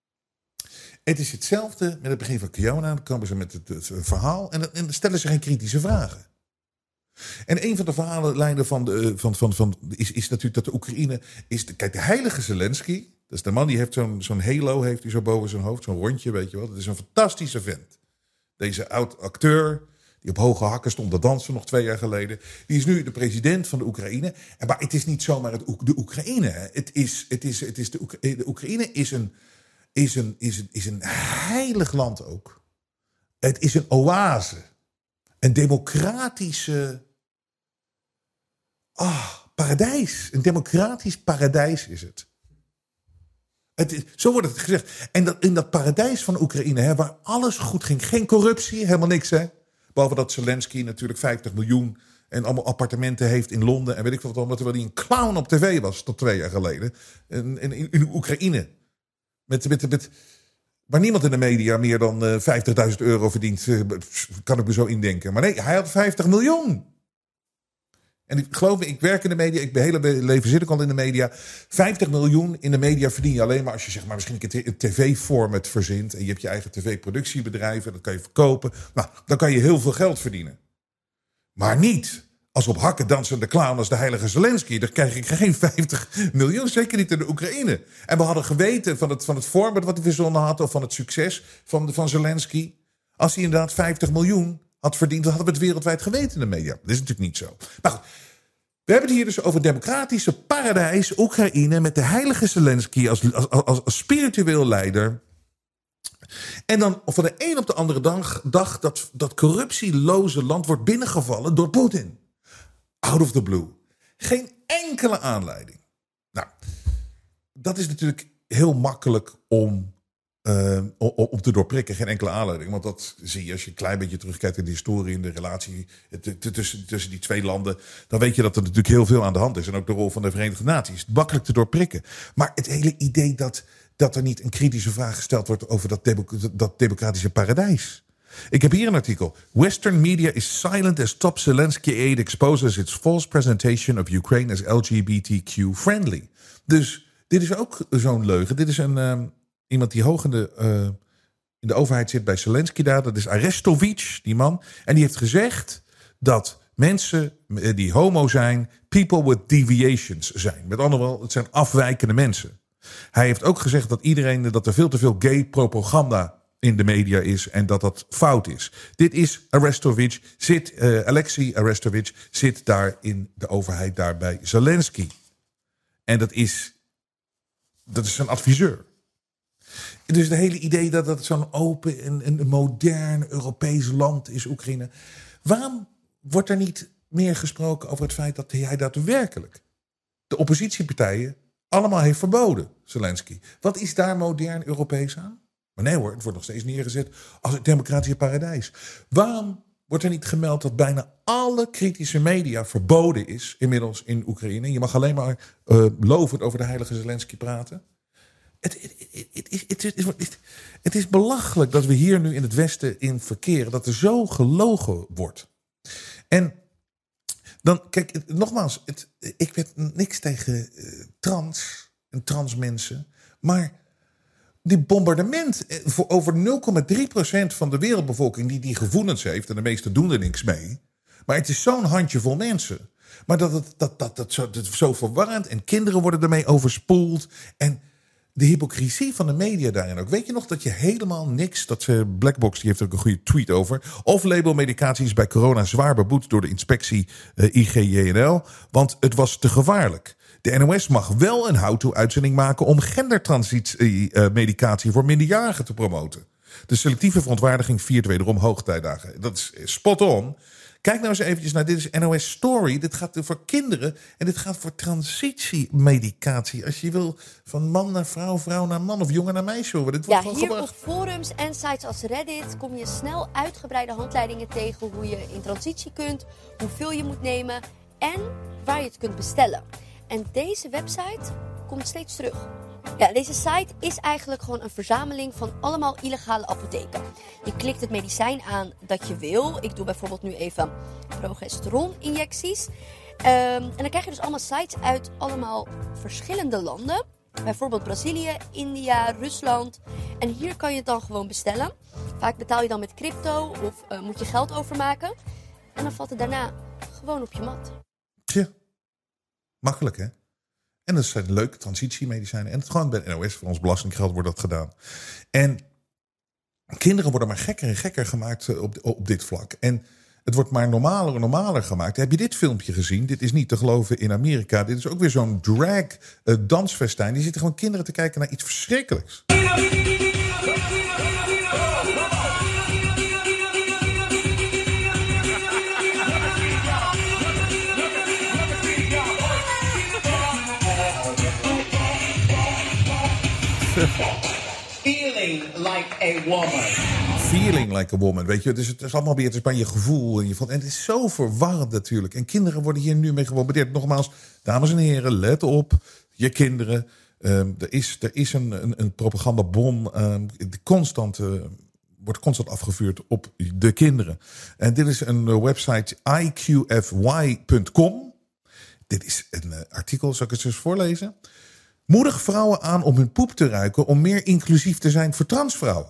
Het is hetzelfde met het begin van corona. Dan komen ze met het verhaal en dan stellen ze geen kritische vragen. En een van de verhalenlijnen is natuurlijk dat de Oekraïne kijk, de heilige Zelensky, dat is de man die heeft zo'n halo heeft hij zo boven zijn hoofd, zo'n rondje, weet je wel. Dat is een fantastische vent. Deze oud-acteur die op hoge hakken stond te dansen nog 2 jaar geleden. Die is nu de president van de Oekraïne. Maar het is niet zomaar de Oekraïne. De Oekraïne is een heilig land ook. Het is een oase. Een democratische paradijs. Een democratisch paradijs is het. Zo wordt het gezegd. En in dat paradijs van Oekraïne, waar alles goed ging. Geen corruptie, helemaal niks. Hè? Behalve dat Zelensky natuurlijk 50 miljoen en allemaal appartementen heeft in Londen. En weet ik wat allemaal, terwijl hij een clown op tv was tot 2 jaar geleden. In Oekraïne. Waar niemand in de media meer dan €50.000 verdient. Kan ik me zo indenken. Maar nee, hij had 50 miljoen. En ik geloof me, ik werk in de media. Mijn hele leven zit ik al in de media. 50 miljoen in de media verdien je alleen maar als je zeg maar misschien een tv-format verzint. En je hebt je eigen tv-productiebedrijf. En dat kan je verkopen. Nou, dan kan je heel veel geld verdienen. Maar niet als op hakken dansende clown als de heilige Zelensky. Dan krijg ik geen 50 miljoen. Zeker niet in de Oekraïne. En we hadden geweten van het format wat we verzonnen hadden. Of van het succes van Zelensky. Als hij inderdaad 50 miljoen had verdiend, dan hadden we het wereldwijd geweten in de media. Dat is natuurlijk niet zo. Maar goed, we hebben het hier dus over het democratische paradijs Oekraïne met de heilige Zelensky als spiritueel leider. En dan van de een op de andere dag dat corruptieloze land wordt binnengevallen door Poetin. Out of the blue. Geen enkele aanleiding. Nou, dat is natuurlijk heel makkelijk om te doorprikken. Geen enkele aanleiding. Want dat zie je als je een klein beetje terugkijkt in de historie, in de relatie tussen die 2 landen. Dan weet je dat er natuurlijk heel veel aan de hand is. En ook de rol van de Verenigde Naties. Makkelijk te doorprikken. Maar het hele idee dat er niet een kritische vraag gesteld wordt over dat democratische paradijs. Ik heb hier een artikel. Western media is silent as top Zelensky aide exposes its false presentation of Ukraine as LGBTQ-friendly. Dus dit is ook zo'n leugen. Dit is iemand die hoog in de overheid zit bij Zelensky daar. Dat is Arestovich, die man. En die heeft gezegd dat mensen die homo zijn, people with deviations zijn. Met andere woorden, het zijn afwijkende mensen. Hij heeft ook gezegd dat er veel te veel gay propaganda in de media is en dat fout is. Dit is Arestovich, Alexei Arestovich zit daar in de overheid daar bij Zelensky. En dat is zijn adviseur. Dus het hele idee dat het zo'n open en een modern Europees land is, Oekraïne. Waarom wordt er niet meer gesproken over het feit dat hij daadwerkelijk de oppositiepartijen allemaal heeft verboden, Zelensky? Wat is daar modern Europees aan? Maar nee hoor, het wordt nog steeds neergezet als het democratische paradijs. Waarom wordt er niet gemeld dat bijna alle kritische media verboden is inmiddels in Oekraïne? Je mag alleen maar lovend over de heilige Zelensky praten. Het is belachelijk dat we hier nu in het Westen in verkeren. Dat er zo gelogen wordt. En dan, kijk, nogmaals. Ik weet niks tegen trans mensen. Maar die bombardement voor over 0,3% van de wereldbevolking die gevoelens heeft. En de meesten doen er niks mee. Maar het is zo'n handjevol mensen. Maar dat zo verwarrend. En kinderen worden ermee overspoeld. En de hypocrisie van de media daarin ook. Weet je nog dat je helemaal niks... Blackbox die heeft er ook een goede tweet over. Off-label medicatie is bij corona zwaar beboet door de inspectie IGJNL. Want het was te gevaarlijk. De NOS mag wel een how-to-uitzending maken om gendertransitiemedicatie voor minderjarigen te promoten. De selectieve verontwaardiging viert wederom hoogtijdagen. Dat is spot on. Kijk nou eens eventjes naar, dit is NOS Story. Dit gaat voor kinderen en dit gaat voor transitiemedicatie. Als je wil van man naar vrouw, vrouw naar man of jongen naar meisje. Dit wordt hier op forums en sites als Reddit kom je snel uitgebreide handleidingen tegen hoe je in transitie kunt, hoeveel je moet nemen en waar je het kunt bestellen. En deze website komt steeds terug. Ja, deze site is eigenlijk gewoon een verzameling van allemaal illegale apotheken. Je klikt het medicijn aan dat je wil. Ik doe bijvoorbeeld nu even progesteron-injecties. En dan krijg je dus allemaal sites uit allemaal verschillende landen. Bijvoorbeeld Brazilië, India, Rusland. En hier kan je het dan gewoon bestellen. Vaak betaal je dan met crypto of moet je geld overmaken. En dan valt het daarna gewoon op je mat. Tja, makkelijk hè? En dat zijn leuke transitiemedicijnen. En het gewoon bij NOS, voor ons belastinggeld, wordt dat gedaan. En kinderen worden maar gekker en gekker gemaakt op dit vlak. En het wordt maar normaler en normaler gemaakt. Heb je dit filmpje gezien? Dit is niet te geloven in Amerika. Dit is ook weer zo'n drag dansfestijn. Die zitten gewoon kinderen te kijken naar iets verschrikkelijks. Feeling like a woman. Feeling like a woman, weet je. Dus het is allemaal weer, het is bij je gevoel. En het is zo verwarrend natuurlijk. En kinderen worden hier nu mee gebombardeerd. Nogmaals, dames en heren, let op. Je kinderen. Er is een propagandabom. Wordt constant afgevuurd op de kinderen. En dit is een website iqfy.com. Dit is een artikel, zal ik het eens voorlezen? Moedig vrouwen aan om hun poep te ruiken om meer inclusief te zijn voor transvrouwen.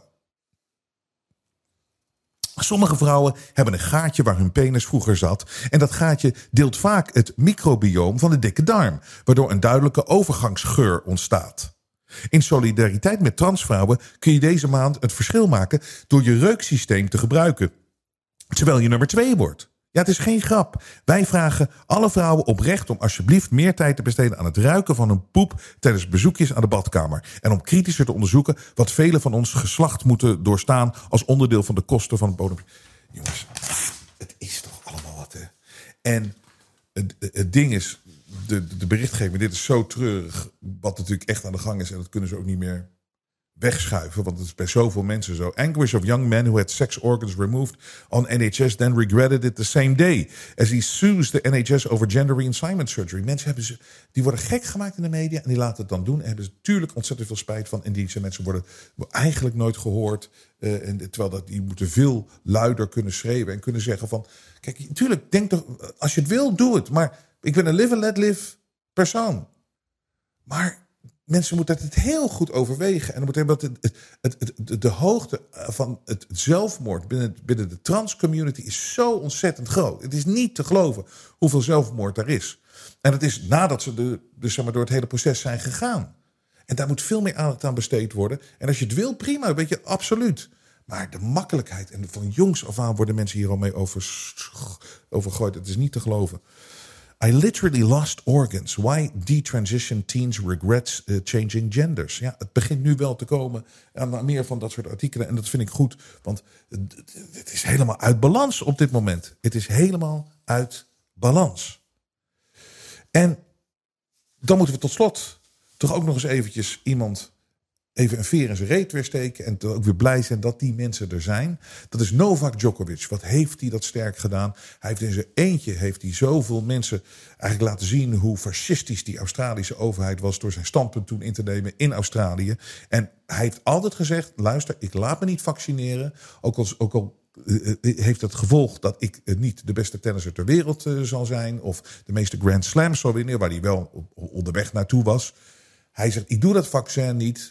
Sommige vrouwen hebben een gaatje waar hun penis vroeger zat. En dat gaatje deelt vaak het microbioom van de dikke darm, waardoor een duidelijke overgangsgeur ontstaat. In solidariteit met transvrouwen kun je deze maand het verschil maken door je reuksysteem te gebruiken, terwijl je nummer 2 wordt. Ja, het is geen grap. Wij vragen alle vrouwen oprecht om alsjeblieft meer tijd te besteden aan het ruiken van hun poep tijdens bezoekjes aan de badkamer. En om kritischer te onderzoeken wat velen van ons geslacht moeten doorstaan als onderdeel van de kosten van het bodem. Jongens, het is toch allemaal wat, hè? En het ding is, de berichtgeving, dit is zo treurig, wat natuurlijk echt aan de gang is. En dat kunnen ze ook niet meer wegschuiven, want het is bij zoveel mensen zo. Anguish of young men who had sex organs removed on NHS then regretted it the same day as he sues the NHS over gender reassignment surgery. Mensen die worden gek gemaakt in de media en die laten het dan doen en hebben ze natuurlijk ontzettend veel spijt van. En deze mensen worden eigenlijk nooit gehoord. Terwijl die moeten veel luider kunnen schreeuwen en kunnen zeggen van, kijk, natuurlijk, denk toch, als je het wil, doe het. Maar ik ben een live and let live persoon. Maar mensen moeten het heel goed overwegen. En dan moet de hoogte van het zelfmoord binnen de transcommunity is zo ontzettend groot. Het is niet te geloven hoeveel zelfmoord er is. En dat is nadat ze door het hele proces zijn gegaan. En daar moet veel meer aandacht aan besteed worden. En als je het wil, prima, weet je, absoluut. Maar de makkelijkheid, en van jongs af aan worden mensen hier al mee overgooid. Het is niet te geloven. I literally lost organs. Why detransition teens regrets changing genders? Ja, het begint nu wel te komen aan meer van dat soort artikelen. En dat vind ik goed, want het is helemaal uit balans op dit moment. Het is helemaal uit balans. En dan moeten we tot slot toch ook nog eens eventjes iemand even een veer in zijn reet weer steken en ook weer blij zijn dat die mensen er zijn. Dat is Novak Djokovic. Wat heeft hij dat sterk gedaan? Hij heeft in zijn eentje zoveel mensen eigenlijk laten zien hoe fascistisch die Australische overheid was door zijn standpunt toen in te nemen in Australië. En hij heeft altijd gezegd, luister, ik laat me niet vaccineren. Ook al heeft het gevolg dat ik niet de beste tennisser ter wereld zal zijn of de meeste Grand Slams zal winnen, waar hij wel onderweg naartoe was. Hij zegt, ik doe dat vaccin niet.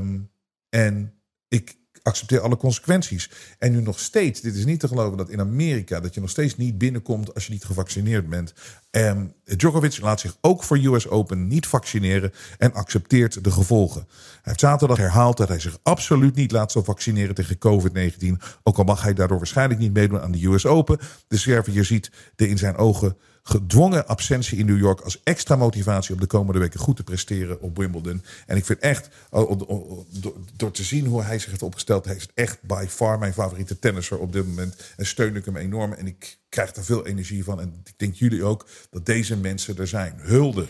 En ik accepteer alle consequenties. En nu nog steeds, dit is niet te geloven dat in Amerika dat je nog steeds niet binnenkomt als je niet gevaccineerd bent. Djokovic laat zich ook voor US Open niet vaccineren en accepteert de gevolgen. Hij heeft zaterdag herhaald dat hij zich absoluut niet laat vaccineren tegen COVID-19. Ook al mag hij daardoor waarschijnlijk niet meedoen aan de US Open. De Serviër ziet de in zijn ogen gedwongen absentie in New York als extra motivatie om de komende weken goed te presteren op Wimbledon. En ik vind echt, door te zien hoe hij zich heeft opgesteld, hij is echt by far mijn favoriete tennisser op dit moment. En steun ik hem enorm en ik krijg er veel energie van. En ik denk jullie ook dat deze mensen er zijn. Hulde.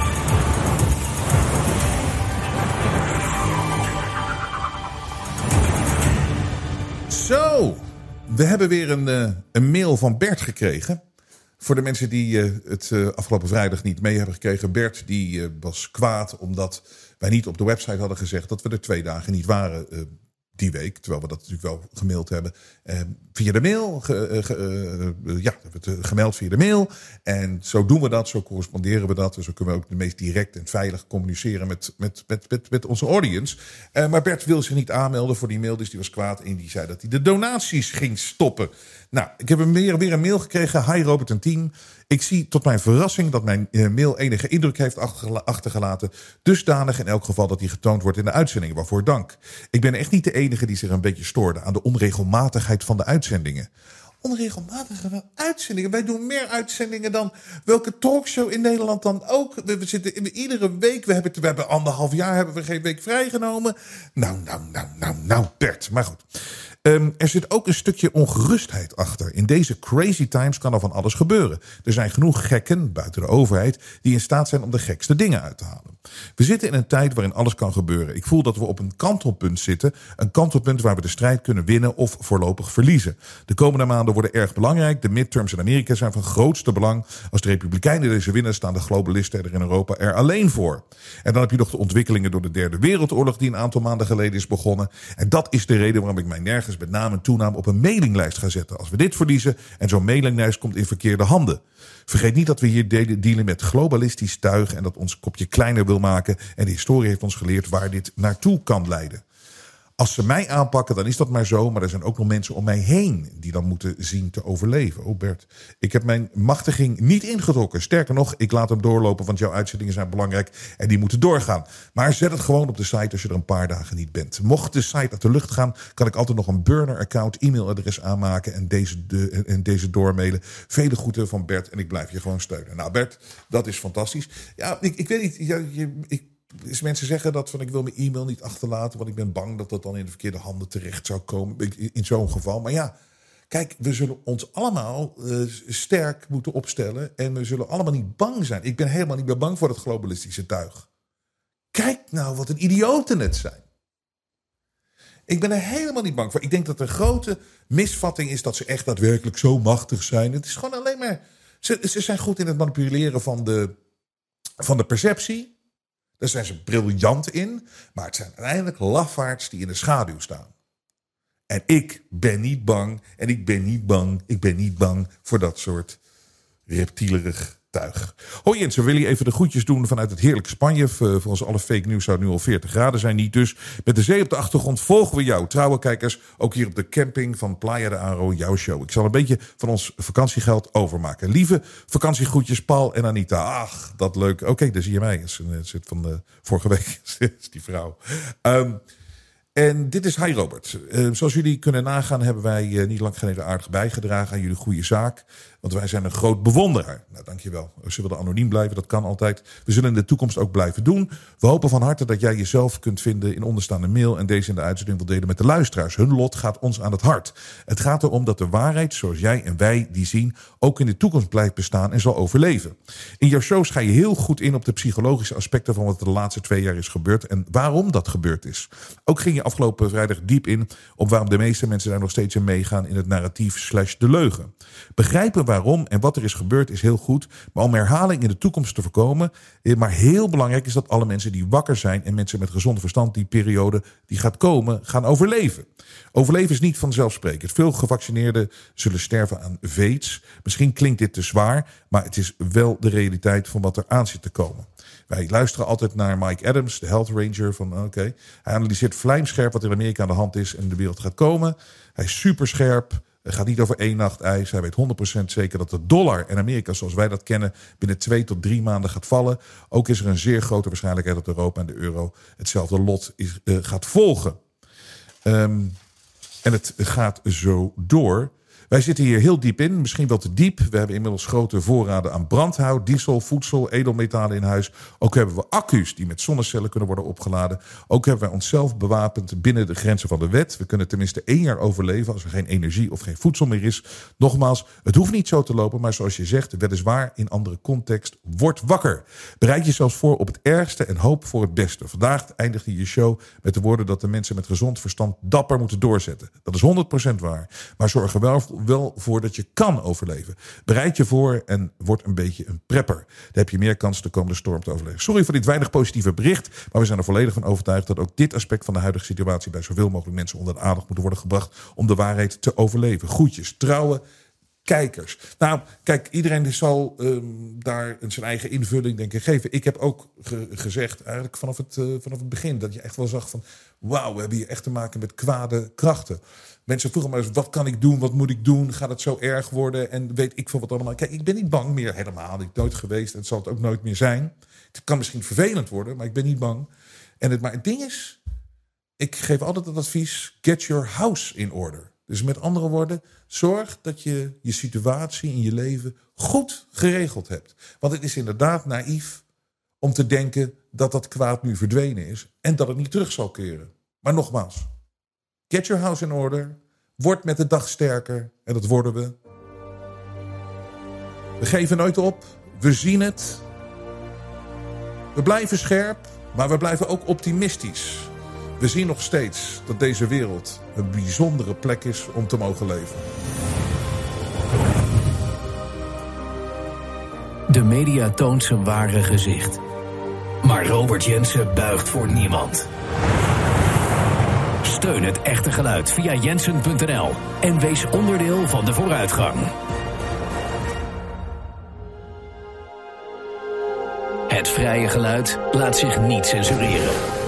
Zo, we hebben weer een mail van Bert gekregen. Voor de mensen die het afgelopen vrijdag niet mee hebben gekregen. Bert die was kwaad omdat wij niet op de website hadden gezegd dat we er 2 dagen niet waren die week, terwijl we dat natuurlijk wel gemaild hebben, via de mail. We hebben het gemeld via de mail. En zo doen we dat, zo corresponderen we dat. Dus zo kunnen we ook de meest direct en veilig communiceren met onze audience. Maar Bert wil zich niet aanmelden voor die mail, dus die was kwaad. En die zei dat hij de donaties ging stoppen. Nou, ik heb weer een mail gekregen. Hi Robert en team. Ik zie tot mijn verrassing dat mijn mail enige indruk heeft achtergelaten. Dusdanig in elk geval dat die getoond wordt in de uitzendingen. Waarvoor dank. Ik ben echt niet de enige die zich een beetje stoorde aan de onregelmatigheid van de uitzendingen. Onregelmatige uitzendingen? Wij doen meer uitzendingen dan welke talkshow in Nederland dan ook. We zitten iedere week. We hebben 1,5 jaar hebben we geen week vrijgenomen. Nou, Bert. Maar goed. Er zit ook een stukje ongerustheid achter. In deze crazy times kan er van alles gebeuren. Er zijn genoeg gekken, buiten de overheid, die in staat zijn om de gekste dingen uit te halen. We zitten in een tijd waarin alles kan gebeuren. Ik voel dat we op een kantelpunt zitten. Een kantelpunt waar we de strijd kunnen winnen of voorlopig verliezen. De komende maanden worden erg belangrijk. De midterms in Amerika zijn van grootste belang. Als de Republikeinen deze winnen, staan de globalisten er in Europa er alleen voor. En dan heb je nog de ontwikkelingen door de Derde Wereldoorlog die een aantal maanden geleden is begonnen. En dat is de reden waarom ik mij nergens met naam en toenaam op een mailinglijst ga zetten. Als we dit verliezen en zo'n mailinglijst komt in verkeerde handen. Vergeet niet dat we hier dealen met globalistisch tuig en dat ons kopje kleiner wil maken. En de historie heeft ons geleerd waar dit naartoe kan leiden. Als ze mij aanpakken, dan is dat maar zo. Maar er zijn ook nog mensen om mij heen die dan moeten zien te overleven. Oh Bert, ik heb mijn machtiging niet ingetrokken. Sterker nog, ik laat hem doorlopen, want jouw uitzendingen zijn belangrijk en die moeten doorgaan. Maar zet het gewoon op de site als je er een paar dagen niet bent. Mocht de site uit de lucht gaan, kan ik altijd nog een burner-account, e-mailadres aanmaken en deze doormailen. Vele groeten van Bert en ik blijf je gewoon steunen. Nou Bert, dat is fantastisch. Ja, ik weet niet, dus mensen zeggen dat van ik wil mijn e-mail niet achterlaten, want ik ben bang dat dat dan in de verkeerde handen terecht zou komen in zo'n geval. Maar ja, kijk, we zullen ons allemaal sterk moeten opstellen en we zullen allemaal niet bang zijn. Ik ben helemaal niet meer bang voor dat globalistische tuig. Kijk nou wat een idioten het zijn. Ik ben er helemaal niet bang voor. Ik denk dat de grote misvatting is dat ze echt daadwerkelijk zo machtig zijn. Het is gewoon alleen maar, ze zijn goed in het manipuleren van de perceptie. Daar zijn ze briljant in. Maar het zijn uiteindelijk lafaards die in de schaduw staan. En ik ben niet bang. En ik ben niet bang voor dat soort reptielerig tuig. Hoi Jens, we willen je even de groetjes doen vanuit het heerlijke Spanje. Volgens alle fake news zou het nu al 40 graden zijn. Niet dus. Met de zee op de achtergrond volgen we jou, trouwe kijkers. Ook hier op de camping van Playa de Aro, jouw show. Ik zal een beetje van ons vakantiegeld overmaken. Lieve vakantiegroetjes, Paul en Anita. Ach, dat leuk. Oké, daar zie je mij. Het zit van vorige week. is die vrouw. En dit is Hi Robert. Zoals jullie kunnen nagaan hebben wij niet lang geleden aardig bijgedragen aan jullie goede zaak. Want wij zijn een groot bewonderaar. Nou, dankjewel. Ze willen anoniem blijven, dat kan altijd. We zullen in de toekomst ook blijven doen. We hopen van harte dat jij jezelf kunt vinden in onderstaande mail en deze in de uitzending wil delen met de luisteraars. Hun lot gaat ons aan het hart. Het gaat erom dat de waarheid, zoals jij en wij die zien, ook in de toekomst blijft bestaan en zal overleven. In jouw shows ga je heel goed in op de psychologische aspecten van wat er de laatste 2 jaar is gebeurd en waarom dat gebeurd is. Ook ging je afgelopen vrijdag diep in op waarom de meeste mensen daar nog steeds in meegaan in het narratief / de leugen. Begrijpen waarom en wat er is gebeurd is heel goed, maar om herhaling in de toekomst te voorkomen, maar heel belangrijk is dat alle mensen die wakker zijn en mensen met gezond verstand die periode die gaat komen, gaan overleven. Overleven is niet vanzelfsprekend. Veel gevaccineerden zullen sterven aan VAIDS. Misschien klinkt dit te zwaar, maar het is wel de realiteit van wat er aan zit te komen. Wij luisteren altijd naar Mike Adams, de health ranger. Hij analyseert vlijmscherp wat in Amerika aan de hand is en de wereld gaat komen. Hij is superscherp. Het gaat niet over 1 nacht ijs. Hij weet 100% zeker dat de dollar in Amerika, zoals wij dat kennen, binnen 2 tot 3 maanden gaat vallen. Ook is er een zeer grote waarschijnlijkheid dat Europa en de euro hetzelfde lot gaat volgen. En het gaat zo door. Wij zitten hier heel diep in, misschien wel te diep. We hebben inmiddels grote voorraden aan brandhout, diesel, voedsel, edelmetalen in huis. Ook hebben we accu's die met zonnecellen kunnen worden opgeladen. Ook hebben wij onszelf bewapend binnen de grenzen van de wet. We kunnen tenminste 1 jaar overleven als er geen energie of geen voedsel meer is. Nogmaals, het hoeft niet zo te lopen, maar zoals je zegt, weliswaar in andere context, word wakker. Bereid jezelf voor op het ergste en hoop voor het beste. Vandaag eindigde je show met de woorden dat de mensen met gezond verstand dapper moeten doorzetten. Dat is 100% waar. Maar zorg er wel zorg wel voor dat je kan overleven. Bereid je voor en word een beetje een prepper. Dan heb je meer kans de komende storm te overleven. Sorry voor dit weinig positieve bericht, maar we zijn er volledig van overtuigd dat ook dit aspect van de huidige situatie bij zoveel mogelijk mensen onder de aandacht moet worden gebracht om de waarheid te overleven. Groetjes, trouwe kijkers. Nou, kijk, iedereen zal daar zijn eigen invulling denk ik geven. Ik heb ook gezegd, eigenlijk vanaf het begin, dat je echt wel zag van, wauw, we hebben hier echt te maken met kwade krachten. Mensen vroegen maar eens, wat kan ik doen, wat moet ik doen, gaat het zo erg worden en weet ik veel wat allemaal. Kijk, ik ben niet bang meer, helemaal, ik nooit geweest en het zal het ook nooit meer zijn. Het kan misschien vervelend worden, maar ik ben niet bang. Maar het ding is, ik geef altijd het advies, get your house in order. Dus met andere woorden, zorg dat je je situatie in je leven goed geregeld hebt. Want het is inderdaad naïef om te denken dat dat kwaad nu verdwenen is en dat het niet terug zal keren. Maar nogmaals, get your house in order, word met de dag sterker en dat worden we. We geven nooit op, we zien het. We blijven scherp, maar we blijven ook optimistisch. We zien nog steeds dat deze wereld een bijzondere plek is om te mogen leven. De media toont zijn ware gezicht. Maar Robert Jensen buigt voor niemand. Steun het echte geluid via jensen.nl en wees onderdeel van de vooruitgang. Het vrije geluid laat zich niet censureren.